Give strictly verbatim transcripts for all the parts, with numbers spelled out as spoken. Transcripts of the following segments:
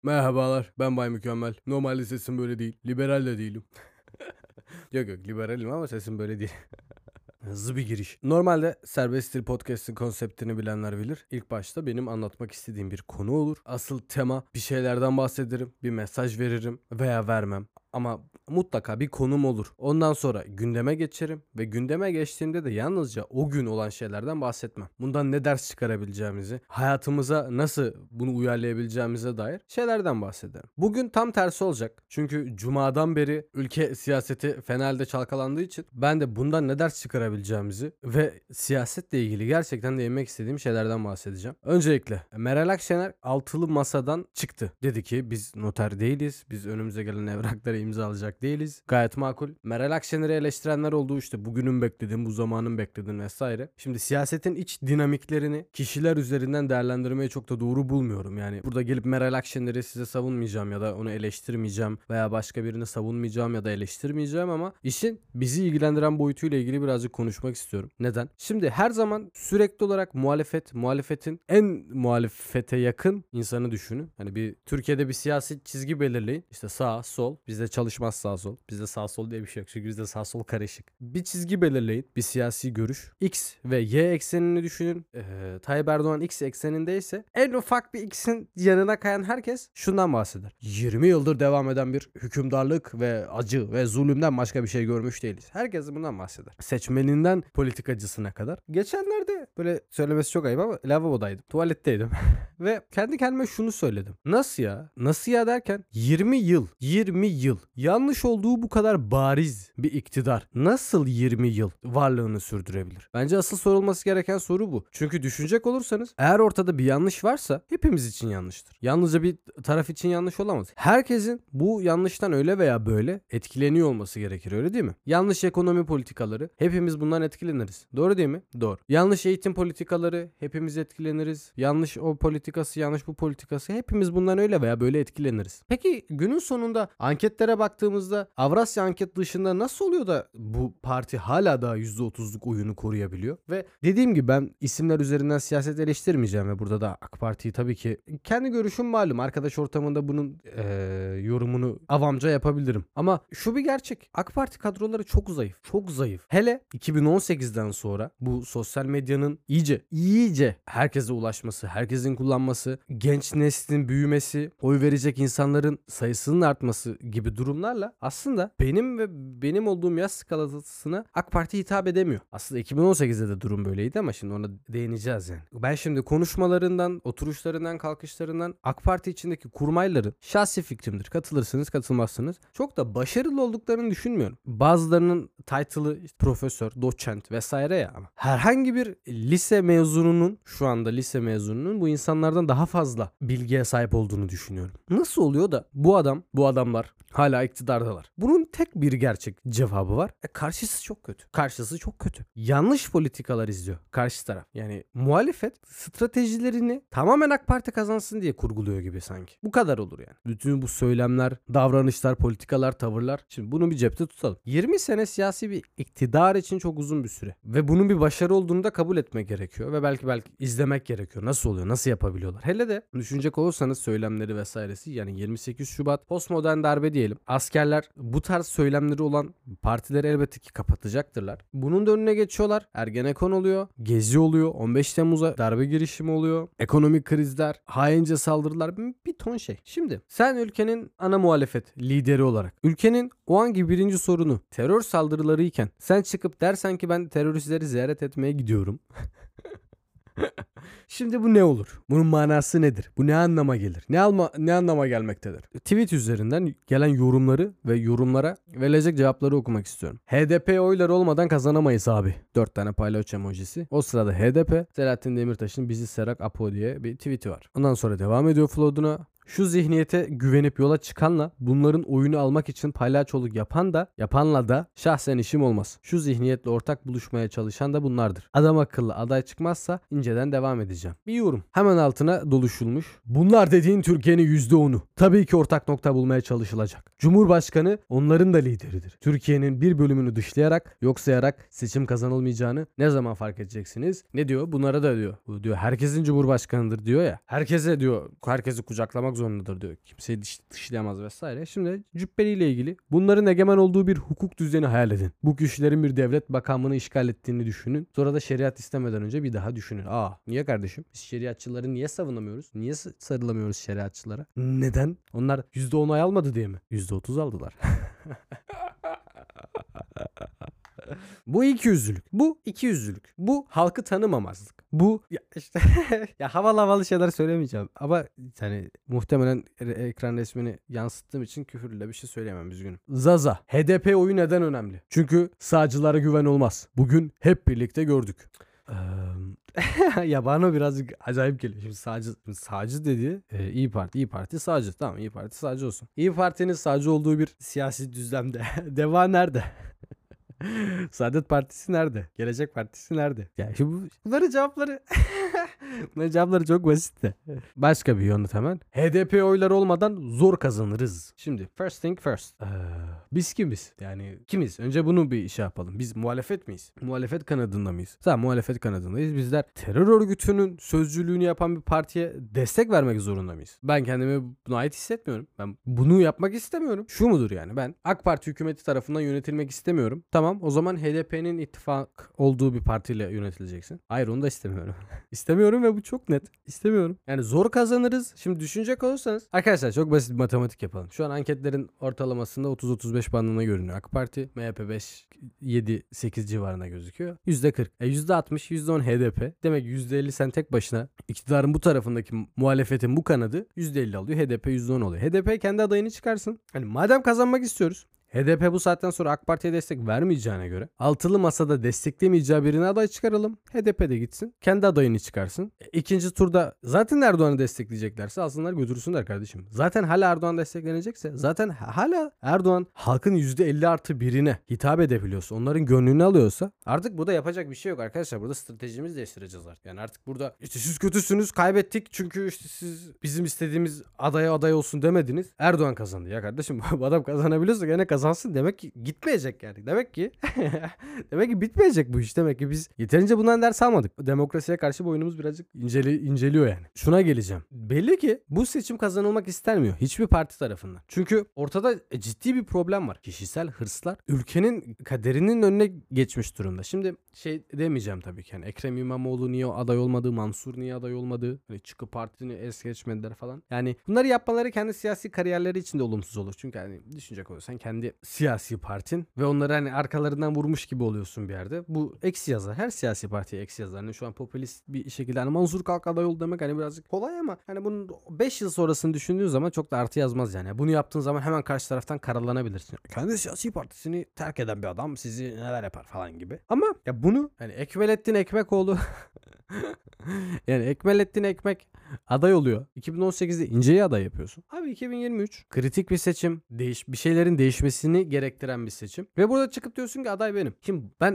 Merhabalar, ben Bay Mükemmel. Normalde sesim böyle değil. Liberal de değilim. Yok yok, liberalim ama sesim böyle değil. Hızlı bir giriş. Normalde Serbest Dil Podcast'ın konseptini bilenler bilir. İlk başta benim anlatmak istediğim bir konu olur. Asıl tema, bir şeylerden bahsederim, bir mesaj veririm veya vermem. Ama mutlaka bir konum olur. Ondan sonra gündeme geçerim ve gündeme geçtiğimde de yalnızca o gün olan şeylerden bahsetmem. Bundan ne ders çıkarabileceğimizi, hayatımıza nasıl bunu uyarlayabileceğimize dair şeylerden bahsederim. Bugün tam tersi olacak. Çünkü cumadan beri ülke siyaseti fena halde çalkalandığı için ben de bundan ne ders çıkarabileceğimizi ve siyasetle ilgili gerçekten değinmek istediğim şeylerden bahsedeceğim. Öncelikle Meral Akşener altılı masadan çıktı. Dedi ki biz noter değiliz. Biz önümüze gelen evrakları imzalayacak değiliz. Gayet makul. Meral Akşener'i eleştirenler oldu, işte bugünün bekledin, bu zamanın bekledin vesaire. Şimdi siyasetin iç dinamiklerini kişiler üzerinden değerlendirmeyi çok da doğru bulmuyorum. Yani burada gelip Meral Akşener'i size savunmayacağım ya da onu eleştirmeyeceğim veya başka birini savunmayacağım ya da eleştirmeyeceğim ama işin bizi ilgilendiren boyutuyla ilgili birazcık konuşmak istiyorum. Neden? Şimdi her zaman sürekli olarak muhalefet, muhalefetin en muhalefete yakın insanı düşünün. Hani bir Türkiye'de bir siyasi çizgi belirleyin. İşte sağ, sol. Bizde çalışmaz sağ sol. Bizde sağ sol diye bir şey yok. Çünkü bizde sağ sol karışık. Bir çizgi belirleyin. Bir siyasi görüş. X ve Y eksenini düşünün. Ee, Tayyip Erdoğan X eksenindeyse en ufak bir X'in yanına kayan herkes şundan bahseder. yirmi yıldır devam eden bir hükümdarlık ve acı ve zulümden başka bir şey görmüş değiliz. Herkes bundan bahseder. Seçmeninden politikacısına kadar. Geçenlerde böyle söylemesi çok ayıp ama lavabodaydım. Tuvaletteydim. Ve kendi kendime şunu söyledim. Nasıl ya? Nasıl ya derken yirmi yıl, yirmi yıl yanlış olduğu bu kadar bariz bir iktidar nasıl yirmi yıl varlığını sürdürebilir? Bence asıl sorulması gereken soru bu. Çünkü düşünecek olursanız eğer ortada bir yanlış varsa hepimiz için yanlıştır. Yalnızca bir taraf için yanlış olamaz. Herkesin bu yanlıştan öyle veya böyle etkileniyor olması gerekir, öyle değil mi? Yanlış ekonomi politikaları, hepimiz bundan etkileniriz. Doğru değil mi? Doğru. Yanlış eğitim politikaları, hepimiz etkileniriz. Yanlış o politikası, yanlış bu politikası, hepimiz bundan öyle veya böyle etkileniriz. Peki günün sonunda anketlere baktığımızda Avrasya anket dışında nasıl oluyor da bu parti hala daha yüzde otuzluk oyunu koruyabiliyor? Ve dediğim gibi ben isimler üzerinden siyaset eleştirmeyeceğim ve burada da AK Parti'yi tabii ki kendi görüşüm malum. Arkadaş ortamında bunun ee, yorumunu avamca yapabilirim. Ama şu bir gerçek. AK Parti kadroları çok zayıf. Çok zayıf. Hele iki bin on sekizden sonra bu sosyal medyanın iyice iyice herkese ulaşması, herkesin kullanması, genç neslin büyümesi, oy verecek insanların sayısının artması gibi durumlarla aslında benim ve benim olduğum yaş skalasına AK Parti hitap edemiyor. Aslında iki bin on sekizde de durum böyleydi ama şimdi ona değineceğiz yani. Ben şimdi konuşmalarından, oturuşlarından, kalkışlarından AK Parti içindeki kurmayların, şahsi fikrimdir, katılırsınız katılmazsınız, çok da başarılı olduklarını düşünmüyorum. Bazılarının title'ı işte profesör, doçent vesaire ya, ama herhangi bir lise mezununun, şu anda lise mezununun bu insanlardan daha fazla bilgiye sahip olduğunu düşünüyorum. Nasıl oluyor da bu adam, bu adamlar hala iktidardalar? Bunun tek bir gerçek cevabı var. E, karşısı çok kötü. Karşısı çok kötü. Yanlış politikalar izliyor karşı taraf. Yani muhalefet stratejilerini tamamen AK Parti kazansın diye kurguluyor gibi sanki. Bu kadar olur yani. Bütün bu söylemler, davranışlar, politikalar, tavırlar. Şimdi bunu bir cepte tutalım. yirmi sene siyasi bir iktidar için çok uzun bir süre. Ve bunun bir başarı olduğunu da kabul etmek gerekiyor. Ve belki belki izlemek gerekiyor. Nasıl oluyor? Nasıl yapabiliyorlar? Hele de düşünecek olursanız söylemleri vesairesi, yani yirmi sekiz Şubat postmodern darbe diyelim. Askerler bu tarz söylemleri olan partileri elbette ki kapatacaktırlar. Bunun da önüne geçiyorlar. Ergenekon oluyor. Gezi oluyor. on beş Temmuz'a darbe girişimi oluyor. Ekonomik krizler, haince saldırılar, bir ton şey. Şimdi sen ülkenin ana muhalefet lideri olarak ülkenin o anki birinci sorunu terör saldırıları iken sen çıkıp dersen ki ben teröristleri ziyaret etmeye gidiyorum. Şimdi bu ne olur? Bunun manası nedir? Bu ne anlama gelir? Ne alma, ne anlama gelmektedir? Tweet üzerinden gelen yorumları ve yorumlara verilecek cevapları okumak istiyorum. H D P oyları olmadan kazanamayız abi. Dört tane paylaş emojisi. O sırada H D P, Selahattin Demirtaş'ın bizi Serak Apo diye bir tweet'i var. Ondan sonra devam ediyor Flood'una. Şu zihniyete güvenip yola çıkanla bunların oyunu almak için palyaçoluk yapan da yapanla da şahsen işim olmaz. Şu zihniyetle ortak buluşmaya çalışan da bunlardır. Adam akıllı aday çıkmazsa inceden devam edeceğim. Bir yorum. Hemen altına doluşulmuş. Bunlar dediğin Türkiye'nin yüzde onu. Tabii ki ortak nokta bulmaya çalışılacak. Cumhurbaşkanı onların da lideridir. Türkiye'nin bir bölümünü dışlayarak, yok sayarak seçim kazanılmayacağını ne zaman fark edeceksiniz? Ne diyor? Bunlara da diyor. Bu diyor herkesin cumhurbaşkanıdır diyor ya. Herkese diyor, herkesi kucaklamak zorundadır diyor. Kimseyi dış, dışlayamaz vesaire. Şimdi Cübbeli ile ilgili bunların egemen olduğu bir hukuk düzeni hayal edin. Bu kişilerin bir devlet makamını işgal ettiğini düşünün. Sonra da şeriat istemeden önce bir daha düşünün. Aa niye kardeşim? Biz şeriatçıları niye savunamıyoruz? Niye sarılamıyoruz şeriatçılara? Neden? Onlar yüzde on oy almadı diye mi? yüzde otuz aldılar. Bu ikiyüzlülük. Bu ikiyüzlülük. Bu halkı tanımamazlık. Bu ya işte ya havalı havalı şeyler söylemeyeceğim ama hani muhtemelen ekran resmini yansıttığım için küfürle bir şey söyleyemem, üzgünüm. Zaza. H D P oyu neden önemli? Çünkü sağcılara güven olmaz. Bugün hep birlikte gördük. Ya bana birazcık acayip geliyor. Şimdi sağcı, şimdi sağcı dedi. E, İyi Parti, İyi Parti sağcı. Tamam, İyi Parti sağcı olsun. İyi Parti'nin sağcı olduğu bir siyasi düzlemde. Deva nerede? Saadet Partisi nerede? Gelecek Partisi nerede? Ya şimdi bunların cevapları bunların cevapları çok basit de. Başka bir yönü hemen. H D P oyları olmadan zor kazanırız. Şimdi first thing first. Ee, biz kimiz? Yani kimiz? Önce bunu bir şey yapalım. Biz muhalefet miyiz? Muhalefet kanadında mıyız? Tamam, muhalefet kanadındayız. Bizler terör örgütünün sözcülüğünü yapan bir partiye destek vermek zorunda mıyız? Ben kendimi buna ait hissetmiyorum. Ben bunu yapmak istemiyorum. Şu mudur yani? Ben AK Parti hükümeti tarafından yönetilmek istemiyorum. Tamam, o zaman H D P'nin ittifak olduğu bir partiyle yönetileceksin. Hayır, onu da istemiyorum. İstemiyorum ve bu çok net. İstemiyorum. Yani zor kazanırız. Şimdi düşünecek olursanız arkadaşlar çok basit bir matematik yapalım. Şu an anketlerin ortalamasında otuz otuz beş bandına görünüyor AK Parti. M H P beş, yedi, sekiz civarına gözüküyor. yüzde kırk. E yüzde altmış, yüzde on H D P. Demek yüzde elli sen tek başına iktidarın bu tarafındaki muhalefetin bu kanadı yüzde elli alıyor. H D P yüzde on oluyor. H D P kendi adayını çıkarsın. Hani madem kazanmak istiyoruz, H D P bu saatten sonra AK Parti'ye destek vermeyeceğine göre altılı masada desteklemeyeceği birine aday çıkaralım. H D P de gitsin. Kendi adayını çıkarsın. E, ikinci turda zaten Erdoğan'ı destekleyeceklerse alsınlar götürsünler kardeşim. Zaten hala Erdoğan desteklenecekse, zaten hala Erdoğan halkın yüzde elli artı birine hitap edebiliyorsa, onların gönlünü alıyorsa artık burada yapacak bir şey yok arkadaşlar. Burada stratejimizi değiştireceğiz artık. Yani artık burada işte siz kötüsünüz, kaybettik çünkü işte siz bizim istediğimiz adaya aday olsun demediniz. Erdoğan kazandı ya kardeşim. Bu adam kazanabiliyorsa gene kazandı. Kazansın, demek ki gitmeyecek yani. Demek ki demek ki bitmeyecek bu iş. Demek ki biz yeterince bundan ders almadık. Demokrasiye karşı boynumuz birazcık inceli, inceliyor yani. Şuna geleceğim. Belli ki bu seçim kazanılmak istenmiyor hiçbir parti tarafından. Çünkü ortada ciddi bir problem var. Kişisel hırslar ülkenin kaderinin önüne geçmiş durumda. Şimdi şey demeyeceğim tabii ki. Yani Ekrem İmamoğlu niye aday olmadı? Mansur niye aday olmadı? Hani çıkıp partini es geçmediler falan. Yani bunları yapmaları kendi siyasi kariyerleri için de olumsuz olur. Çünkü hani düşünecek olursan kendi siyasi partin ve onları hani arkalarından vurmuş gibi oluyorsun bir yerde. Bu eksi yazar. Her siyasi partiye eksi yazar. Hani şu an popülist bir şekilde hani Mansur Kalk aday ol demek hani birazcık kolay ama hani bunun beş yıl sonrasını düşündüğün zaman çok da artı yazmaz yani. Bunu yaptığın zaman hemen karşı taraftan karalanabilirsin. Kendi siyasi partisini terk eden bir adam sizi neler yapar falan gibi. Ama ya bunu hani Ekmelettin Ekmekoğlu yani Ekmelettin Ekmek aday oluyor. iki bin on sekizde İnce'yi aday yapıyorsun. Abi iki bin yirmi üç kritik bir seçim. Değiş bir şeylerin değişmesini gerektiren bir seçim. Ve burada çıkıp diyorsun ki aday benim. Şimdi ben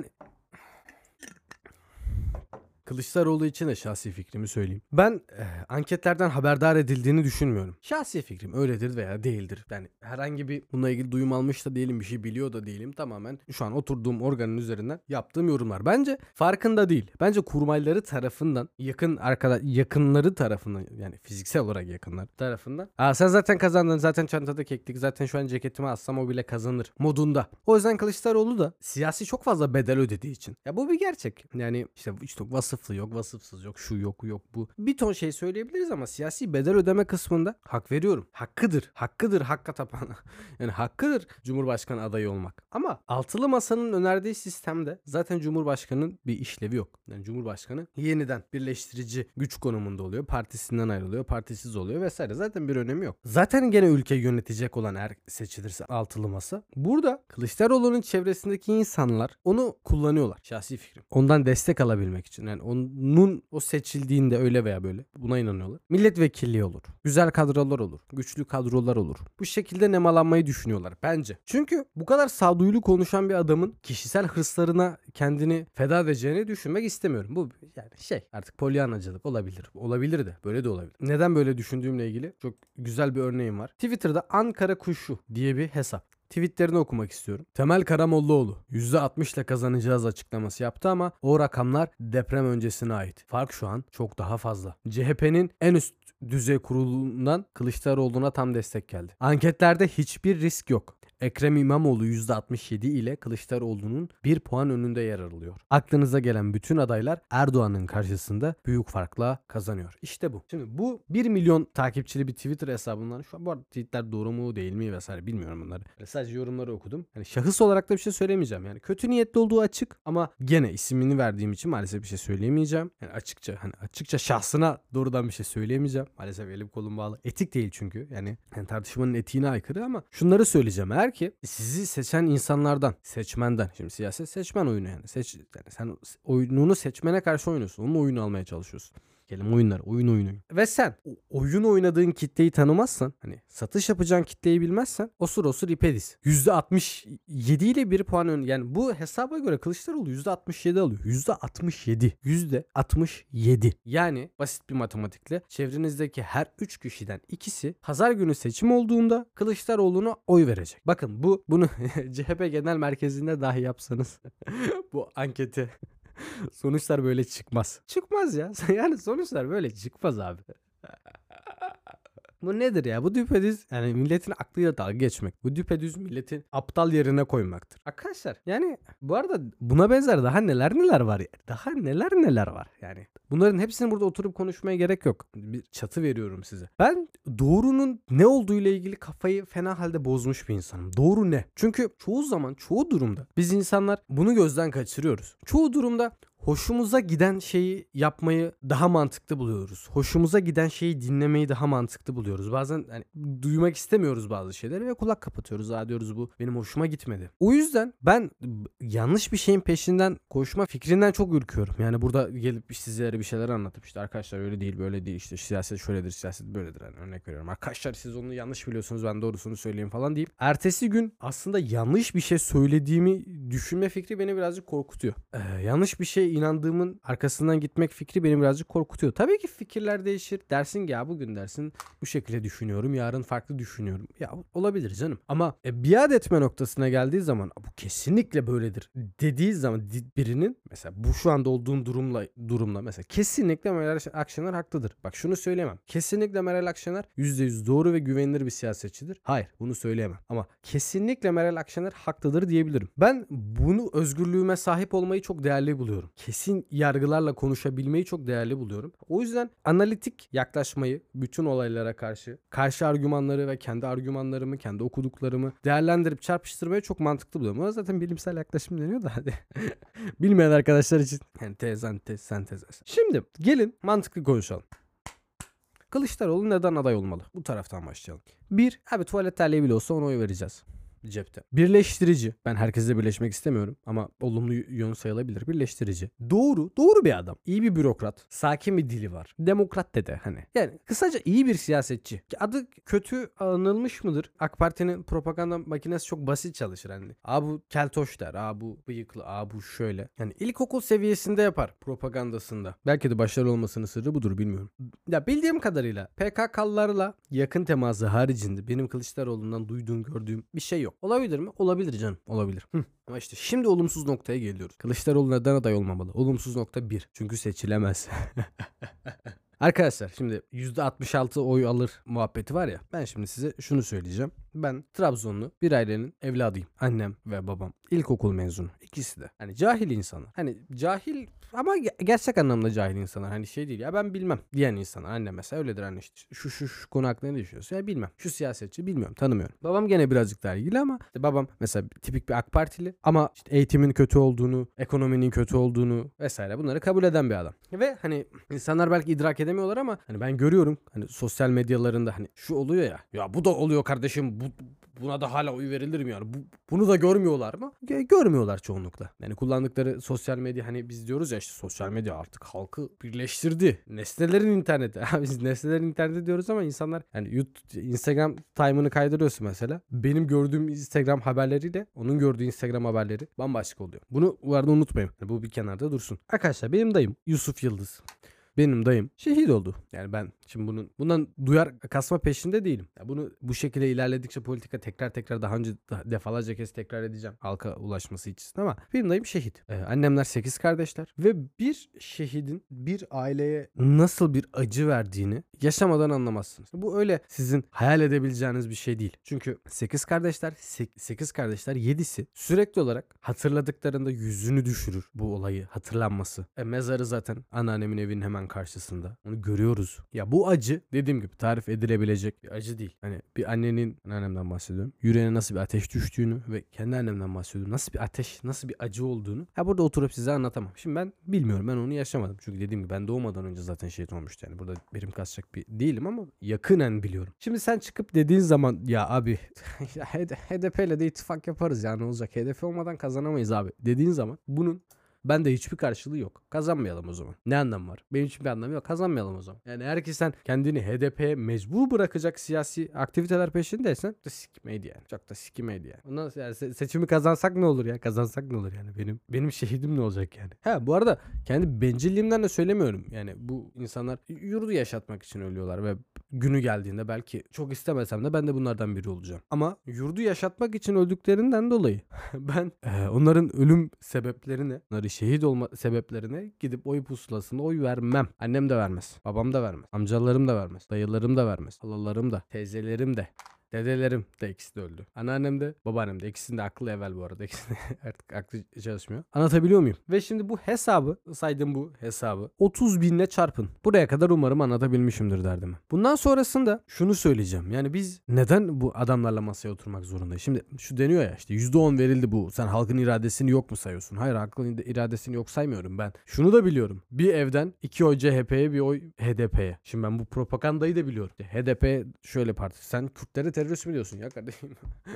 Kılıçdaroğlu için de şahsi fikrimi söyleyeyim. Ben e, anketlerden haberdar edildiğini düşünmüyorum. Şahsi fikrim öyledir veya değildir. Yani herhangi bir bununla ilgili duyum almış da değilim, bir şey biliyor da değilim. Tamamen şu an oturduğum organın üzerinden yaptığım yorumlar. Bence farkında değil. Bence kurmayları tarafından, yakın arkadaş yakınları tarafından, yani fiziksel olarak yakınlar tarafından. Aa sen zaten kazandın, zaten çantada keklik, zaten şu an ceketimi assam o bile kazanır modunda. O yüzden Kılıçdaroğlu da siyasi çok fazla bedel ödediği için. Ya bu bir gerçek. Yani işte işte vasıf yok, vasıfsız yok, şu yok, yok bu. Bir ton şey söyleyebiliriz ama siyasi bedel ödeme kısmında hak veriyorum. Hakkıdır. Hakkıdır hakka tapan. Yani hakkıdır Cumhurbaşkanı adayı olmak. Ama altılı masanın önerdiği sistemde zaten Cumhurbaşkanı'nın bir işlevi yok. Yani Cumhurbaşkanı yeniden birleştirici güç konumunda oluyor. Partisinden ayrılıyor, partisiz oluyor vesaire. Zaten bir önemi yok. Zaten gene ülkeyi yönetecek olan eğer seçilirse altılı masa. Burada Kılıçdaroğlu'nun çevresindeki insanlar onu kullanıyorlar. Şahsi fikrim. Ondan destek alabilmek için. Yani onun o seçildiğinde öyle veya böyle buna inanıyorlar. Milletvekilliği olur. Güzel kadrolar olur. Güçlü kadrolar olur. Bu şekilde nemalanmayı düşünüyorlar bence. Çünkü bu kadar sağduyulu konuşan bir adamın kişisel hırslarına kendini feda edeceğini düşünmek istemiyorum. Bu yani şey artık polyanacılık olabilir. Olabilir de böyle de olabilir. Neden böyle düşündüğümle ilgili çok güzel bir örneğim var. Twitter'da Ankara Kuşu diye bir hesap. tweetlerini okumak istiyorum. Temel Karamollaoğlu yüzde altmış ile kazanacağız açıklaması yaptı ama o rakamlar deprem öncesine ait. Fark şu an çok daha fazla. C H P'nin en üst düzey kurulundan Kılıçdaroğlu'na tam destek geldi. Anketlerde hiçbir risk yok. Ekrem İmamoğlu yüzde altmış yedi ile Kılıçdaroğlu'nun bir puan önünde yer alıyor. Aklınıza gelen bütün adaylar Erdoğan'ın karşısında büyük farkla kazanıyor. İşte bu. Şimdi bu bir milyon takipçili bir Twitter hesabından, şu an bu arada tweetler doğru mu değil mi vesaire bilmiyorum bunları. Yani sadece yorumları okudum. Yani şahıs olarak da bir şey söylemeyeceğim. Yani kötü niyetli olduğu açık ama gene ismini verdiğim için maalesef bir şey söyleyemeyeceğim. Yani açıkça hani açıkça şahsına doğrudan bir şey söyleyemeyeceğim. Maalesef elim kolum bağlı. Etik değil çünkü. Yani, yani tartışmanın etiğine aykırı ama şunları söyleyeceğim. Eğer ki sizi seçen insanlardan, seçmenden, şimdi siyaset seçmen oyunu yani. Seç, yani sen oyununu seçmene karşı oynuyorsun. Onun oyunu almaya çalışıyorsun. Kelime oyunlar, oyun oyunu. Ve sen oyun oynadığın kitleyi tanımazsan, hani satış yapacağın kitleyi bilmezsen osur osur ipe diz. yüzde altmış yedi ile bir puan ön. Yani bu hesaba göre Kılıçdaroğlu yüzde altmış yedi alıyor. yüzde altmış yedi. yüzde altmış yedi. Yani basit bir matematikle çevrenizdeki her üç kişiden ikisi pazar günü seçim olduğunda Kılıçdaroğlu'na oy verecek. Bakın bu bunu C H P Genel Merkezi'nde dahi yapsanız bu anketi sonuçlar böyle çıkmaz. Çıkmaz ya. Yani sonuçlar böyle çıkmaz abi. Bu nedir ya? Bu düpedüz yani milletin aklıyla dalga geçmek. Bu düpedüz milletin aptal yerine koymaktır. Arkadaşlar yani bu arada buna benzer daha neler neler var ya. Daha neler neler var yani. Bunların hepsini burada oturup konuşmaya gerek yok. Bir çatı veriyorum size. Ben doğrunun ne olduğu ile ilgili kafayı fena halde bozmuş bir insanım. Doğru ne? Çünkü çoğu zaman, çoğu durumda biz insanlar bunu gözden kaçırıyoruz. Çoğu durumda hoşumuza giden şeyi yapmayı daha mantıklı buluyoruz. Hoşumuza giden şeyi dinlemeyi daha mantıklı buluyoruz. Bazen hani, duymak istemiyoruz bazı şeyleri ve kulak kapatıyoruz. Aa diyoruz bu benim hoşuma gitmedi. O yüzden ben yanlış bir şeyin peşinden koşma fikrinden çok ürküyorum. Yani burada gelip sizlere bir şeyler anlatıp işte arkadaşlar öyle değil böyle değil işte siyaset şöyledir siyaset böyledir. Yani örnek veriyorum. Arkadaşlar siz onu yanlış biliyorsunuz ben doğrusunu söyleyeyim falan deyip ertesi gün aslında yanlış bir şey söylediğimi düşünme fikri beni birazcık korkutuyor. Ee, yanlış bir şey inandığımın arkasından gitmek fikri beni birazcık korkutuyor. Tabii ki fikirler değişir. Dersin ki ya bugün dersin bu şekilde düşünüyorum. Yarın farklı düşünüyorum. Ya olabilir canım. Ama e, biat etme noktasına geldiği zaman bu kesinlikle böyledir dediği zaman birinin mesela bu şu anda olduğum durumla durumla mesela kesinlikle Meral Akşener haklıdır. Bak şunu söyleyemem. Kesinlikle Meral Akşener yüzde yüz doğru ve güvenilir bir siyasetçidir. Hayır bunu söyleyemem. Ama kesinlikle Meral Akşener haklıdır diyebilirim. Ben bunu özgürlüğüme sahip olmayı çok değerli buluyorum. Kesin yargılarla konuşabilmeyi çok değerli buluyorum. O yüzden analitik yaklaşmayı bütün olaylara karşı, karşı argümanları ve kendi argümanlarımı, kendi okuduklarımı değerlendirip çarpıştırmayı çok mantıklı buluyorum. Ama zaten bilimsel yaklaşım deniyor da hadi. Bilmeyen arkadaşlar için yani tez, antitez, sentez. Şimdi gelin mantıklı konuşalım. Kılıçdaroğlu neden aday olmalı? Bu taraftan başlayalım. Bir, abi tuvalet terliği bile olsa ona oy vereceğiz. Cepte. Birleştirici. Ben herkesle birleşmek istemiyorum ama olumlu yönü sayılabilir. Birleştirici. Doğru. Doğru bir adam. İyi bir bürokrat. Sakin bir dili var. Demokrat dede hani. Yani kısaca iyi bir siyasetçi. Adı kötü anılmış mıdır? AK Parti'nin propaganda makinesi çok basit çalışır hani. Aa bu keltoş der. Aa bu bıyıklı. Aa bu şöyle. Yani ilkokul seviyesinde yapar propagandasında. Belki de başarılı olmasının sırrı budur bilmiyorum. Ya bildiğim kadarıyla P K K'lılarla yakın teması haricinde benim Kılıçdaroğlu'ndan duyduğum gördüğüm bir şey yok. Olabilir mi? Olabilir canım. Olabilir. Hı. Ama işte şimdi olumsuz noktaya geliyoruz. Kılıçdaroğlu neden aday olmamalı? Olumsuz nokta bir. Çünkü seçilemez. Arkadaşlar şimdi yüzde altmış altı oy alır muhabbeti var ya. Ben şimdi size şunu söyleyeceğim. Ben Trabzonlu bir ailenin evladıyım. Annem ve babam ilkokul mezunu. İkisi de. Hani cahil insanlar. Hani cahil ama ge- gerçek anlamda cahil insanlar. Hani şey değil ya ben bilmem diyen insanlar. Annem mesela öyledir anne işte. Şu şu şu konu hakkında ne düşünüyorsun? Ya bilmem. Şu siyasetçi bilmiyorum tanımıyorum. Babam gene birazcık daha ilgili ama işte babam mesela tipik bir AK Partili ama işte eğitimin kötü olduğunu, ekonominin kötü olduğunu vesaire bunları kabul eden bir adam. Ve hani insanlar belki idrak edemiyorlar ama hani ben görüyorum hani sosyal medyalarında hani şu oluyor ya. Ya bu da oluyor kardeşim. Bu buna da hala oy verilir mi yani? Bu, bunu da görmüyorlar mı? G- görmüyorlar çoğunlukla. Yani kullandıkları sosyal medya hani biz diyoruz ya işte sosyal medya artık halkı birleştirdi. Nesnelerin interneti. Biz nesnelerin interneti diyoruz ama insanlar yani YouTube, Instagram time'ını kaydırıyorsun mesela. Benim gördüğüm Instagram haberleriyle onun gördüğü Instagram haberleri bambaşka oluyor. Bunu bu arada unutmayın. Yani bu bir kenarda dursun. Arkadaşlar benim dayım Yusuf Yıldız. benim dayım şehit oldu. Yani ben şimdi bunun bundan duyar kasma peşinde değilim. Ya bunu bu şekilde ilerledikçe politika tekrar tekrar daha önce daha defalarca kez tekrar edeceğim halka ulaşması için ama benim dayım şehit. Ee, annemler sekiz kardeşler ve bir şehidin bir aileye nasıl bir acı verdiğini yaşamadan anlamazsınız. Bu öyle sizin hayal edebileceğiniz bir şey değil. Çünkü sekiz kardeşler sekiz kardeşler yedisi sürekli olarak hatırladıklarında yüzünü düşürür bu olayı hatırlanması. E, mezarı zaten anneannemin evinin hemen karşısında. Onu görüyoruz. Ya bu acı dediğim gibi tarif edilebilecek bir acı değil. Hani bir annenin, annemden bahsediyorum, yüreğine nasıl bir ateş düştüğünü ve kendi annemden bahsediyorum. Nasıl bir ateş, nasıl bir acı olduğunu. Ha burada oturup size anlatamam. Şimdi ben bilmiyorum. Ben onu yaşamadım. Çünkü dediğim gibi ben doğmadan önce zaten şehit olmuştu. Yani burada benim kasacak bir değilim ama yakınen biliyorum. Şimdi sen çıkıp dediğin zaman ya abi H D P ile de ittifak yaparız ya ne olacak? H D P olmadan kazanamayız abi dediğin zaman bunun bende hiçbir karşılığı yok. Kazanmayalım o zaman. Ne anlamı var? Benim için bir anlamı yok. Kazanmayalım o zaman. Yani eğer ki sen kendini H D P'ye mecbur bırakacak siyasi aktiviteler peşindeysen de sikmeydi yani. Çok da sikmeydi yani. Ondan sonra yani se- seçimi kazansak ne olur ya? Kazansak ne olur yani? Benim benim şehidim ne olacak yani? Ha bu arada kendi bencilliğimden de söylemiyorum. Yani bu insanlar yurdu yaşatmak için ölüyorlar ve günü geldiğinde belki çok istemesem de ben de bunlardan biri olacağım. Ama yurdu yaşatmak için öldüklerinden dolayı ben e, onların ölüm sebeplerini, onları şehit olma sebeplerine gidip oy pusulasında oy vermem. Annem de vermez. Babam da vermez. Amcalarım da vermez. Dayılarım da vermez. Halalarım da. Teyzelerim de. Dedelerim de ikisi de öldü. Anneannem de babaannem de ikisinin de aklı evvel bu arada. İkisi de artık aklı çalışmıyor. Anlatabiliyor muyum? Ve şimdi bu hesabı saydığım bu hesabı otuz binle çarpın. Buraya kadar umarım anlatabilmişimdir derdimi. Bundan sonrasında şunu söyleyeceğim. Yani biz neden bu adamlarla masaya oturmak zorundayız? Şimdi şu deniyor ya işte yüzde on verildi bu. Sen halkın iradesini yok mu sayıyorsun? Hayır halkın iradesini yok saymıyorum ben. Şunu da biliyorum. Bir evden iki oy C H P'ye bir oy H D P'ye. Şimdi ben bu propagandayı da biliyorum. H D P şöyle parti. Sen Kürtleri terörist mi diyorsun ya kardeşim?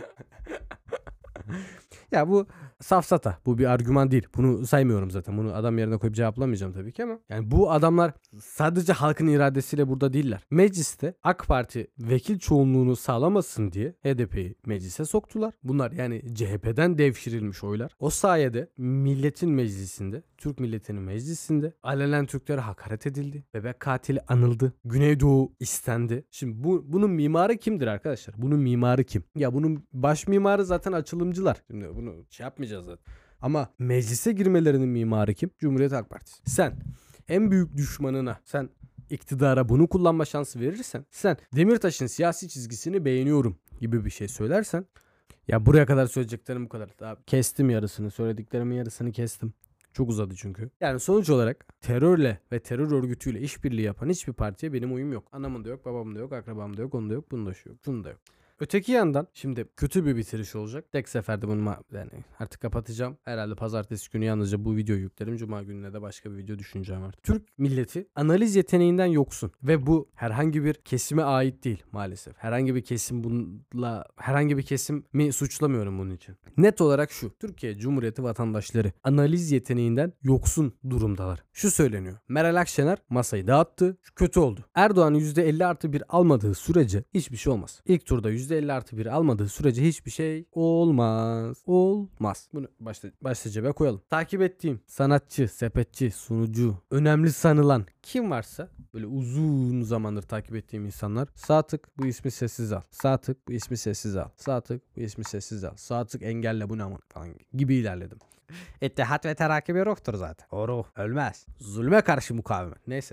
Ya bu safsata. Bu bir argüman değil. Bunu saymıyorum zaten. Bunu adam yerine koyup cevaplamayacağım tabii ki ama. Yani bu adamlar sadece halkın iradesiyle burada değiller. Mecliste AK Parti vekil çoğunluğunu sağlamasın diye H D P'yi meclise soktular. Bunlar yani C H P'den devşirilmiş oylar. O sayede milletin meclisinde, Türk milletinin meclisinde alenen Türklere hakaret edildi. Bebek katili anıldı. Güneydoğu istendi. Şimdi bu bunun mimarı kimdir arkadaşlar? Bunun mimarı kim? Ya bunun baş mimarı zaten açılımcılar. Şimdi bunu şey yapmayacağız zaten. Ama meclise girmelerinin mimarı kim? Cumhuriyet Halk Partisi. Sen en büyük düşmanına, sen iktidara bunu kullanma şansı verirsen, sen Demirtaş'ın siyasi çizgisini beğeniyorum gibi bir şey söylersen, ya buraya kadar söyleyeceklerim bu kadar. Daha kestim yarısını, söylediklerimin yarısını kestim. Çok uzadı çünkü. Yani sonuç olarak terörle ve terör örgütüyle işbirliği yapan hiçbir partiye benim uyum yok. Anamın da yok, babamın da yok, akrabam da yok, onun da yok, bunun da yok, şunun da yok. Öteki yandan şimdi kötü bir bitiriş olacak. Tek seferde bunu yani artık kapatacağım. Herhalde pazartesi günü yalnızca bu videoyu yüklerim. Cuma gününe de başka bir video düşüneceğim artık. Türk milleti analiz yeteneğinden yoksun. Ve bu herhangi bir kesime ait değil maalesef. Herhangi bir kesim bununla herhangi bir kesimi suçlamıyorum bunun için. Net olarak şu. Türkiye Cumhuriyeti vatandaşları analiz yeteneğinden yoksun durumdalar. Şu söyleniyor. Meral Akşener masayı dağıttı. Kötü oldu. Erdoğan yüzde elli artı bir almadığı sürece hiçbir şey olmaz. İlk turda yüzde elli artı bir almadığı sürece hiçbir şey olmaz. Olmaz. Bunu başta, başta cebe koyalım. Takip ettiğim sanatçı, sepetçi, sunucu, önemli sanılan kim varsa böyle uzun zamandır takip ettiğim insanlar sağ tık bu ismi sessiz al. Sağ tık bu ismi sessiz al. Sağ tık bu ismi sessiz al. Sağ tık engelle bu ne aman falan gibi ilerledim. İttihat ve terakkibi yoktur zaten. Doğru. Ölmez. Zulme karşı mukavemet. Neyse.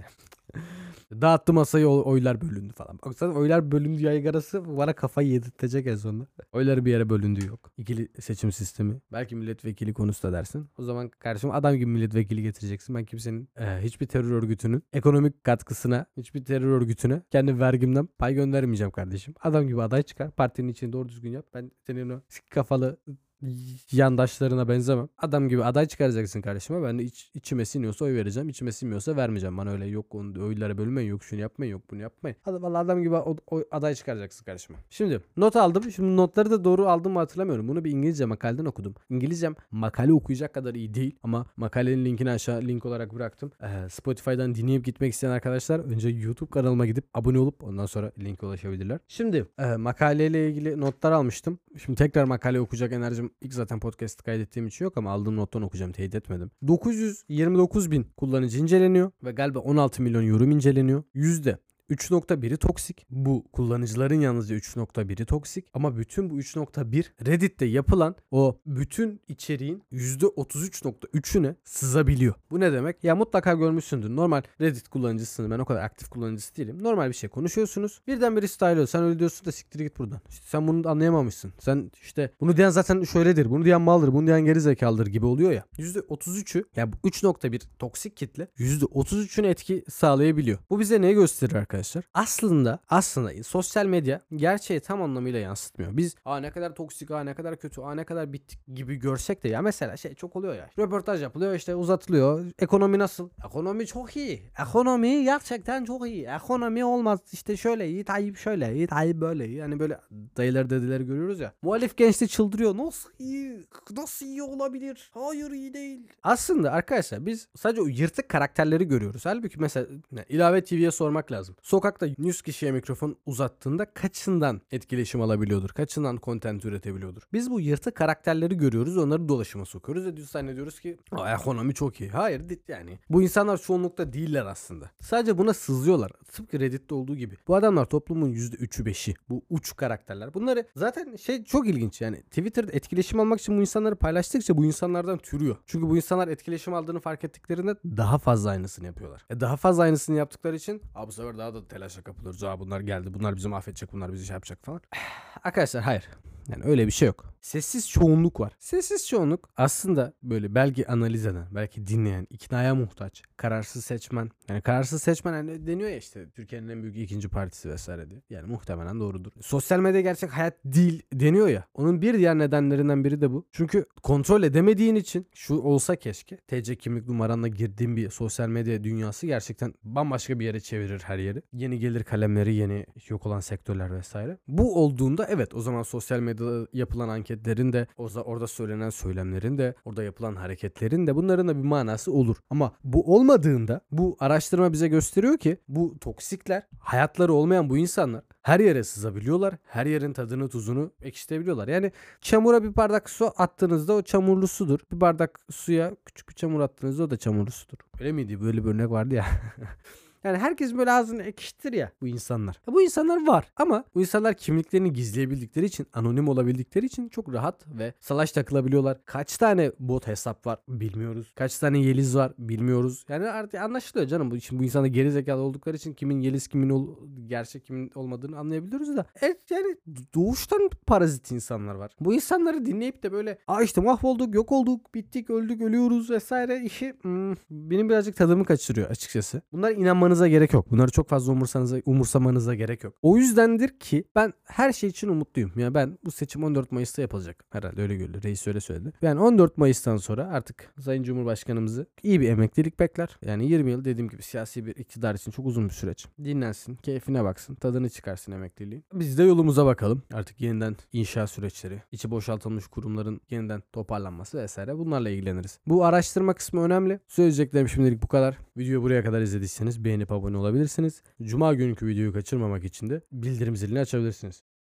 Dağıttı masayı oylar bölündü falan. Baksana oylar bölündü yaygarası bana kafayı yedirtecek en sonunda. Oyları bir yere bölündüğü yok. İkili seçim sistemi. Belki milletvekili konusu da dersin. O zaman kardeşim adam gibi milletvekili getireceksin. Ben kimsenin e, hiçbir terör örgütünün ekonomik katkısına, hiçbir terör örgütüne kendi vergimden pay göndermeyeceğim kardeşim. Adam gibi aday çıkar. Partinin içini doğru düzgün yap. Ben senin o sik kafalı yandaşlarına benzemem. Adam gibi aday çıkaracaksın kardeşime. Ben de iç, içime siniyorsa oy vereceğim. İçime sinmiyorsa vermeyeceğim. Bana öyle yok onu oylara bölmeyin, yok şunu yapmayın, yok bunu yapmayın. Hadi vallahi adam gibi o, o, aday çıkaracaksın kardeşime. Şimdi not aldım. Şimdi notları da doğru aldım mı hatırlamıyorum. Bunu bir İngilizce makaleden okudum. İngilizcem makale okuyacak kadar iyi değil ama makalenin linkini aşağı link olarak bıraktım. Ee, Spotify'dan dinleyip gitmek isteyen arkadaşlar önce YouTube kanalıma gidip abone olup ondan sonra linke ulaşabilirler. Şimdi e, makaleyle ilgili notlar almıştım. Şimdi tekrar makale okuyacak enerjim benim ilk zaten podcast kaydettiğim için yok ama aldığım nottan okuyacağım, teyit etmedim. dokuz yüz yirmi dokuz bin kullanıcı inceleniyor ve galiba on altı milyon yorum inceleniyor. Yüzde üç nokta biri toksik. Bu kullanıcıların yalnızca üç nokta biri toksik. Ama bütün bu üç nokta bir Reddit'te yapılan o bütün içeriğin yüzde otuz üç nokta üçüne sızabiliyor. Bu ne demek? Ya mutlaka görmüşsündür. Normal Reddit kullanıcısını, ben o kadar aktif kullanıcısı değilim. Normal bir şey konuşuyorsunuz. Birden birisi dahil oluyor. Sen öyle diyorsun da siktir git buradan. İşte sen bunu anlayamamışsın. Sen işte bunu diyen zaten şöyledir. Bunu diyen maldır. Bunu diyen geri zekalıdır gibi oluyor ya. yüzde otuz üçü yani bu üç nokta bir toksik kitle yüzde otuz üçüne etki sağlayabiliyor. Bu bize neyi gösterir arkadaşlar? Aslında aslında sosyal medya gerçeği tam anlamıyla yansıtmıyor. Biz aa ne kadar toksik, aa ne kadar kötü, aa ne kadar bittik gibi görsek de ya mesela şey çok oluyor ya. Röportaj yapılıyor, işte uzatılıyor. Ekonomi nasıl? Ekonomi çok iyi. Ekonomi gerçekten çok iyi. Ekonomi olmaz işte şöyle iyi, Tayyip şöyle iyi, Tayyip böyle iyi. Yani böyle dayılar dedeleri görüyoruz ya. Muhalif gençlik çıldırıyor. Nasıl iyi? Nasıl iyi olabilir? Hayır iyi değil. Aslında arkadaşlar biz sadece o yırtık karakterleri görüyoruz. Halbuki mesela ne, ilave T V'ye sormak lazım. Sokakta yüz kişiye mikrofon uzattığında kaçından etkileşim alabiliyordur? Kaçından content üretebiliyordur? Biz bu yırtık karakterleri görüyoruz, onları dolaşıma sokuyoruz ve biz zannediyoruz ki ekonomi çok iyi. Hayır yani. Bu insanlar çoğunlukta değiller aslında. Sadece buna sızıyorlar. Tıpkı Reddit'te olduğu gibi. Bu adamlar toplumun yüzde üçü beşi. Bu uç karakterler. Bunları zaten şey çok ilginç yani. Twitter'da etkileşim almak için bu insanları paylaştıkça bu insanlardan türüyor. Çünkü bu insanlar etkileşim aldığını fark ettiklerinde daha fazla aynısını yapıyorlar. E daha fazla aynısını yaptıkları için bu sefer daha da telaşa kapılıyoruz. Aa bunlar geldi. Bunlar bizi mahvedecek. Bunlar bizi şey yapacak falan. Arkadaşlar hayır. Yani öyle bir şey yok. Sessiz çoğunluk var. Sessiz çoğunluk aslında böyle belki analiz eden, belki dinleyen, iknaya muhtaç, kararsız seçmen. Yani kararsız seçmen hani deniyor ya işte Türkiye'nin en büyük ikinci partisi vesaire diye. Yani muhtemelen doğrudur. Sosyal medya gerçek hayat değil deniyor ya. Onun bir diğer nedenlerinden biri de bu. Çünkü kontrol edemediğin için şu olsa keşke T C kimlik numaranla girdiğin bir sosyal medya dünyası gerçekten bambaşka bir yere çevirir her yeri. Yeni gelir kalemleri, yeni yok olan sektörler vesaire. Bu olduğunda evet o zaman sosyal medya yapılan anketlerin de orada söylenen söylemlerin de orada yapılan hareketlerin de bunların da bir manası olur. Ama bu olmadığında bu araştırma bize gösteriyor ki bu toksikler, hayatları olmayan bu insanlar her yere sızabiliyorlar. Her yerin tadını tuzunu ekşitebiliyorlar. Yani çamura bir bardak su attığınızda o çamurlu sudur. Bir bardak suya küçük bir çamur attığınızda o da çamurlu sudur. Öyle miydi? Böyle bir örnek vardı ya. Yani herkes böyle ağzını ekşitir ya bu insanlar. Ya bu insanlar var ama bu insanlar kimliklerini gizleyebildikleri için, anonim olabildikleri için çok rahat ve salaş takılabiliyorlar. Kaç tane bot hesap var bilmiyoruz. Kaç tane Yeliz var bilmiyoruz. Yani artık anlaşılıyor canım. Bu için bu insanlar geri zekalı oldukları için kimin Yeliz kimin ol, gerçek kimin olmadığını anlayabiliyoruz da. Evet yani doğuştan parazit insanlar var. Bu insanları dinleyip de böyle aa işte mahvolduk, yok olduk, bittik, öldük, ölüyoruz vesaire işi hmm, benim birazcık tadımı kaçırıyor açıkçası. Bunlar inanmanıza gerek yok. Bunları çok fazla umursanıza, umursamanıza gerek yok. O yüzdendir ki ben her şey için umutluyum. Yani ben bu seçim on dört Mayıs'ta yapılacak. Herhalde öyle görülüyor. Reis öyle söyledi. Yani on dört Mayıs'tan sonra artık Sayın Cumhurbaşkanımızı iyi bir emeklilik bekler. Yani yirmi yıl dediğim gibi siyasi bir iktidar için çok uzun bir süreç. Dinlensin, keyfine baksın, tadını çıkarsın emekliliğin. Biz de yolumuza bakalım. Artık yeniden inşa süreçleri, içi boşaltılmış kurumların yeniden toparlanması vesaire bunlarla ilgileniriz. Bu araştırma kısmı önemli. Söyleyeceklerim şimdilik bu kadar. Videoyu buraya kadar izlediyseniz beğenip abone olabilirsiniz. Cuma günkü videoyu kaçırmamak için de bildirim zilini açabilirsiniz.